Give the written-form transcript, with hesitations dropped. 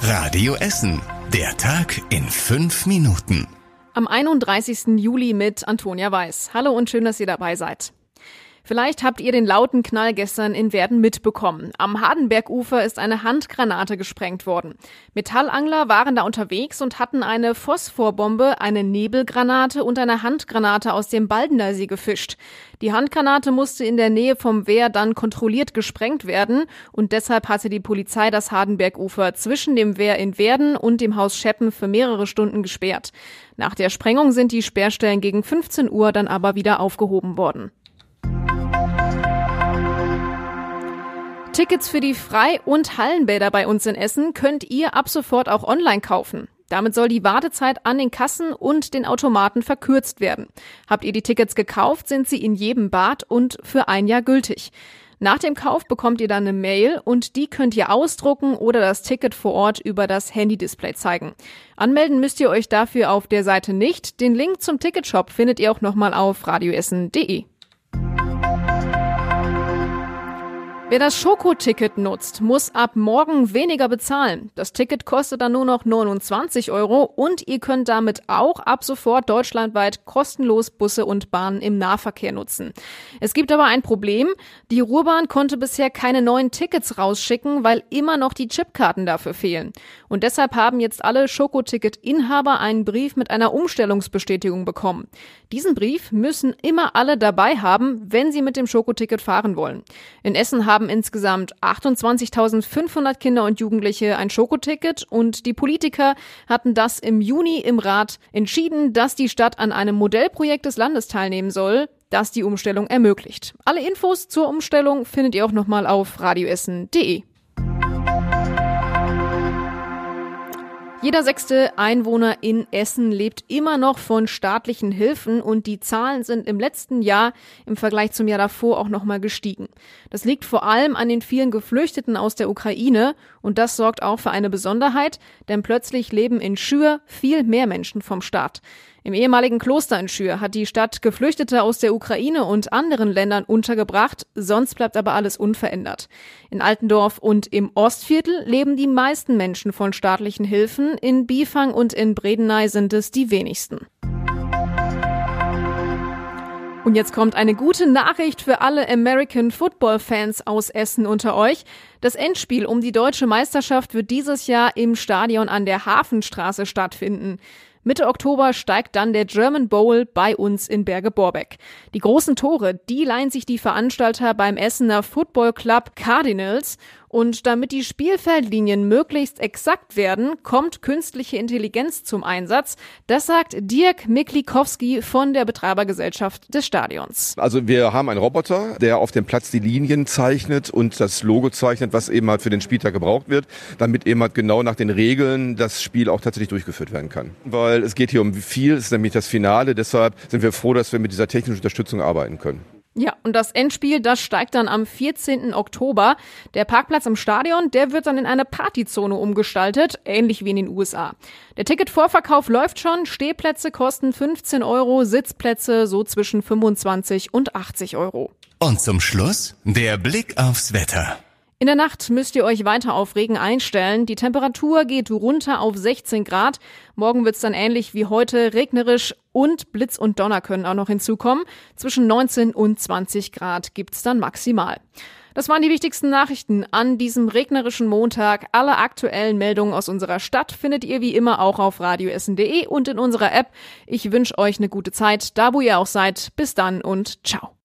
Radio Essen. Der Tag in 5 Minuten. Am 31. Juli mit Antonia Weiß. Hallo und schön, dass ihr dabei seid. Vielleicht habt ihr den lauten Knall gestern in Werden mitbekommen. Am Hardenbergufer ist eine Handgranate gesprengt worden. Metallangler waren da unterwegs und hatten eine Phosphorbombe, eine Nebelgranate und eine Handgranate aus dem Baldeneysee gefischt. Die Handgranate musste in der Nähe vom Wehr dann kontrolliert gesprengt werden und deshalb hatte die Polizei das Hardenbergufer zwischen dem Wehr in Werden und dem Haus Scheppen für mehrere Stunden gesperrt. Nach der Sprengung sind die Sperrstellen gegen 15 Uhr dann aber wieder aufgehoben worden. Tickets für die Frei- und Hallenbäder bei uns in Essen könnt ihr ab sofort auch online kaufen. Damit soll die Wartezeit an den Kassen und den Automaten verkürzt werden. Habt ihr die Tickets gekauft, sind sie in jedem Bad und für ein Jahr gültig. Nach dem Kauf bekommt ihr dann eine Mail und die könnt ihr ausdrucken oder das Ticket vor Ort über das Handy-Display zeigen. Anmelden müsst ihr euch dafür auf der Seite nicht. Den Link zum Ticketshop findet ihr auch nochmal auf radioessen.de. Wer das Schokoticket nutzt, muss ab morgen weniger bezahlen. Das Ticket kostet dann nur noch 29 € und ihr könnt damit auch ab sofort deutschlandweit kostenlos Busse und Bahnen im Nahverkehr nutzen. Es gibt aber ein Problem. Die Ruhrbahn konnte bisher keine neuen Tickets rausschicken, weil immer noch die Chipkarten dafür fehlen. Und deshalb haben jetzt alle Schokoticket-Inhaber einen Brief mit einer Umstellungsbestätigung bekommen. Diesen Brief müssen immer alle dabei haben, wenn sie mit dem Schokoticket fahren wollen. In Essen haben insgesamt 28.500 Kinder und Jugendliche ein Schokoticket und die Politiker hatten das im Juni im Rat entschieden, dass die Stadt an einem Modellprojekt des Landes teilnehmen soll, das die Umstellung ermöglicht. Alle Infos zur Umstellung findet ihr auch nochmal auf radioessen.de. Jeder 6. Einwohner in Essen lebt immer noch von staatlichen Hilfen und die Zahlen sind im letzten Jahr im Vergleich zum Jahr davor auch nochmal gestiegen. Das liegt vor allem an den vielen Geflüchteten aus der Ukraine und das sorgt auch für eine Besonderheit, denn plötzlich leben in Schür viel mehr Menschen vom Staat. Im ehemaligen Kloster in Schür hat die Stadt Geflüchtete aus der Ukraine und anderen Ländern untergebracht, sonst bleibt aber alles unverändert. In Altendorf und im Ostviertel leben die meisten Menschen von staatlichen Hilfen, in Bifang und in Bredeney sind es die wenigsten. Und jetzt kommt eine gute Nachricht für alle American Football Fans aus Essen unter euch. Das Endspiel um die deutsche Meisterschaft wird dieses Jahr im Stadion an der Hafenstraße stattfinden. Mitte Oktober steigt dann der German Bowl bei uns in Berge-Borbeck. Die großen Tore, die leihen sich die Veranstalter beim Essener Football Club Cardinals. Und damit die Spielfeldlinien möglichst exakt werden, kommt künstliche Intelligenz zum Einsatz. Das sagt Dirk Miklikowski von der Betreibergesellschaft des Stadions. Also wir haben einen Roboter, der auf dem Platz die Linien zeichnet und das Logo zeichnet, was eben halt für den Spieltag gebraucht wird, damit eben halt genau nach den Regeln das Spiel auch tatsächlich durchgeführt werden kann. Weil es geht hier um viel, es ist nämlich das Finale, deshalb sind wir froh, dass wir mit dieser technischen Unterstützung arbeiten können. Ja, und das Endspiel, das steigt dann am 14. Oktober. Der Parkplatz im Stadion, der wird dann in eine Partyzone umgestaltet, ähnlich wie in den USA. Der Ticketvorverkauf läuft schon, Stehplätze kosten 15 €, Sitzplätze so zwischen 25 und 80 €. Und zum Schluss der Blick aufs Wetter. In der Nacht müsst ihr euch weiter auf Regen einstellen. Die Temperatur geht runter auf 16 Grad. Morgen wird's dann ähnlich wie heute regnerisch und Blitz und Donner können auch noch hinzukommen. Zwischen 19 und 20 Grad gibt's dann maximal. Das waren die wichtigsten Nachrichten an diesem regnerischen Montag. Alle aktuellen Meldungen aus unserer Stadt findet ihr wie immer auch auf radioessen.de und in unserer App. Ich wünsche euch eine gute Zeit, da wo ihr auch seid. Bis dann und ciao.